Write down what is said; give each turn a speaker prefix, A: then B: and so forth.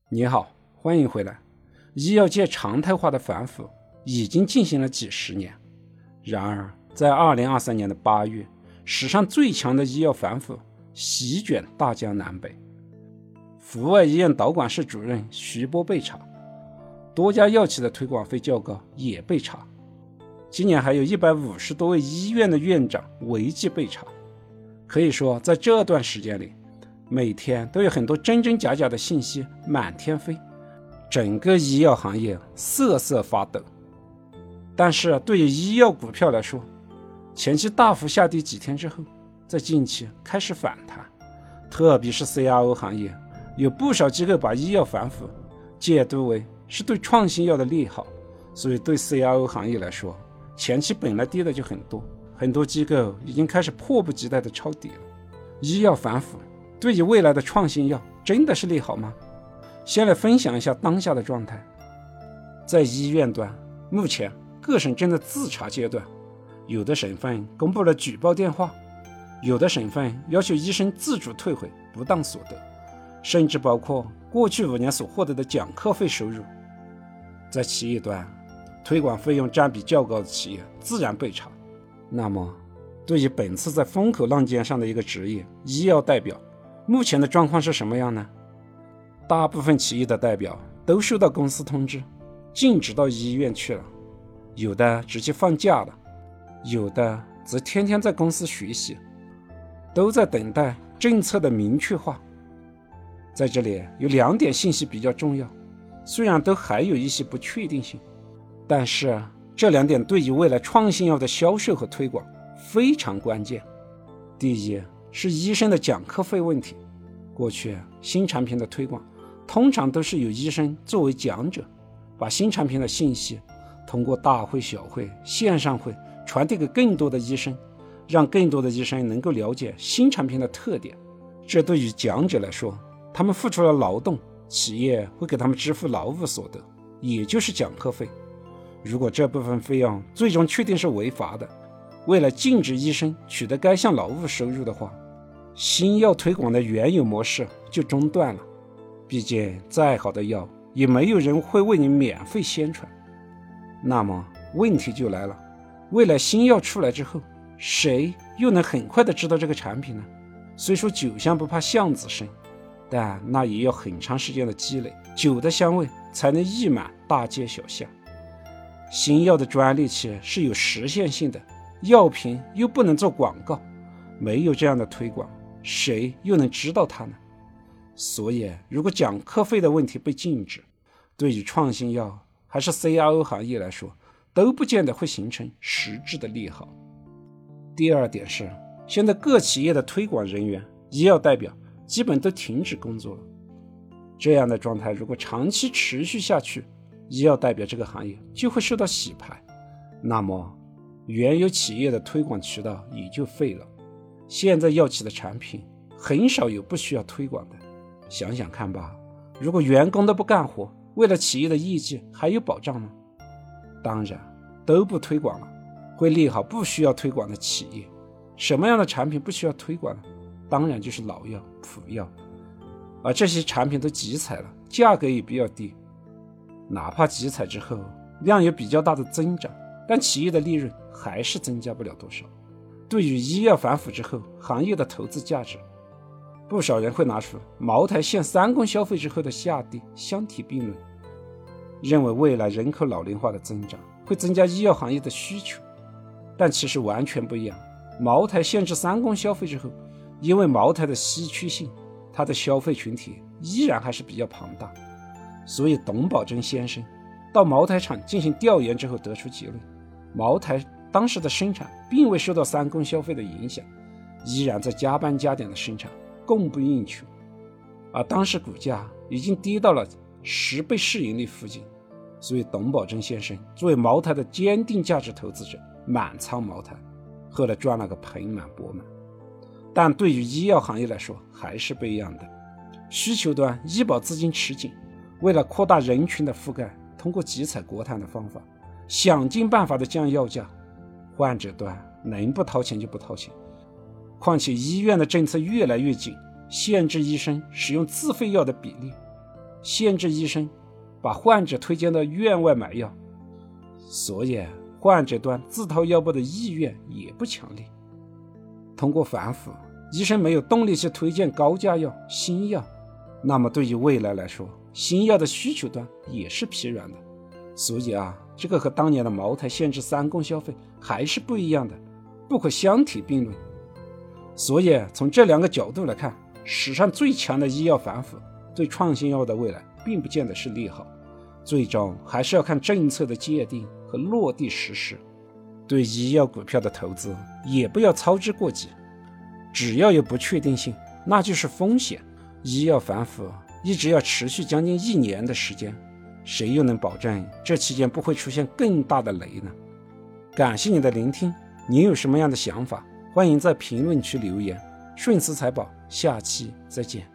A: 你好，欢迎回来。医药界常态化的反腐已经进行了几十年，然而在2023年的8月，史上最强的医药反腐席卷大江南北。阜外医院导管室主任徐波被查，多家药企的推广费较高也被查，今年还有150多位医院的院长违纪被查。可以说在这段时间里，每天都有很多真真假假的信息满天飞，整个医药行业瑟瑟发抖。但是对于医药股票来说，前期大幅下跌几天之后，在近期开始反弹，特别是 CRO 行业，有不少机构把医药反腐解读为是对创新药的利好，所以对 CRO 行业来说，前期本来跌的就很多，很多机构已经开始迫不及待的抄底了。医药反腐对于未来的创新药真的是利好吗？先来分享一下当下的状态。在医院端，目前各省正在自查阶段，有的省份公布了举报电话，有的省份要求医生自主退回不当所得，甚至包括过去5年所获得的讲课费收入。在企业端，推广费用占比较高的企业自然被查。那么对于本次在风口浪尖上的一个职业医药代表，目前的状况是什么样呢？大部分企业的代表都收到公司通知，禁止到医院去了，有的直接放假了，有的则天天在公司学习，都在等待政策的明确化。在这里有2点信息比较重要，虽然都还有一些不确定性，但是这2点对于未来创新药的销售和推广非常关键。第一是医生的讲课费问题。过去新产品的推广通常都是由医生作为讲者，把新产品的信息通过大会、小会、线上会传递给更多的医生，让更多的医生能够了解新产品的特点。这对于讲者来说，他们付出了劳动，企业会给他们支付劳务所得，也就是讲课费。如果这部分费用最终确定是违法的，为了禁止医生取得该项劳务收入的话，新药推广的原有模式就中断了。毕竟再好的药也没有人会为你免费宣传。那么问题就来了，未来新药出来之后，谁又能很快的知道这个产品呢？虽说酒香不怕巷子深，但那也要很长时间的积累，酒的香味才能溢满大街小巷。新药的专利期是有时限性的，药品又不能做广告，没有这样的推广，谁又能知道它呢？所以如果讲课费的问题被禁止，对于创新药还是 CRO 行业来说，都不见得会形成实质的利好。第2点是，现在各企业的推广人员、医药代表基本都停止工作了。这样的状态如果长期持续下去，医药代表这个行业就会受到洗牌，那么原有企业的推广渠道也就废了。现在药企的产品很少有不需要推广的，想想看吧，如果员工都不干活，为了企业的业绩还有保障吗？当然都不推广了，会利好不需要推广的企业。什么样的产品不需要推广呢？当然就是老药、普药，而这些产品都集采了，价格也比较低，哪怕集采之后量有比较大的增长，但企业的利润还是增加不了多少。对于医药反腐之后行业的投资价值，不少人会拿出茅台限3公消费之后的下跌相提并论，认为未来人口老龄化的增长会增加医药行业的需求，但其实完全不一样。茅台限制3公消费之后，因为茅台的稀缺性，它的消费群体依然还是比较庞大，所以董宝珍先生到茅台厂进行调研之后得出结论，茅台当时的生产并未受到3公消费的影响，依然在加班加点的生产，供不应求，而当时股价已经跌到了10倍市盈率附近，所以董宝珍先生作为茅台的坚定价值投资者，满仓茅台，后来赚了个盆满钵满。但对于医药行业来说还是不一样的，需求端医保资金吃紧，为了扩大人群的覆盖，通过集采国谈的方法，想尽办法的降药价，患者端能不掏钱就不掏钱。况且医院的政策越来越紧，限制医生使用自费药的比例， 限制医生把患者推荐到院外买药，所以患者端自掏腰包的意愿也不强烈。通过反腐，医生没有动力去推荐高价药、新药，那么对于未来来说，新药的需求端也是疲软的。所以这个和当年的茅台限制3公消费还是不一样的，不可相提并论。所以从这2个角度来看，史上最强的医药反腐对创新药的未来并不见得是利好，最终还是要看政策的界定和落地实施。对医药股票的投资也不要操之过急，只要有不确定性，那就是风险。医药反腐一直要持续将近1年的时间，谁又能保证这期间不会出现更大的雷呢？感谢你的聆听，你有什么样的想法，欢迎在评论区留言。顺思财宝，下期再见。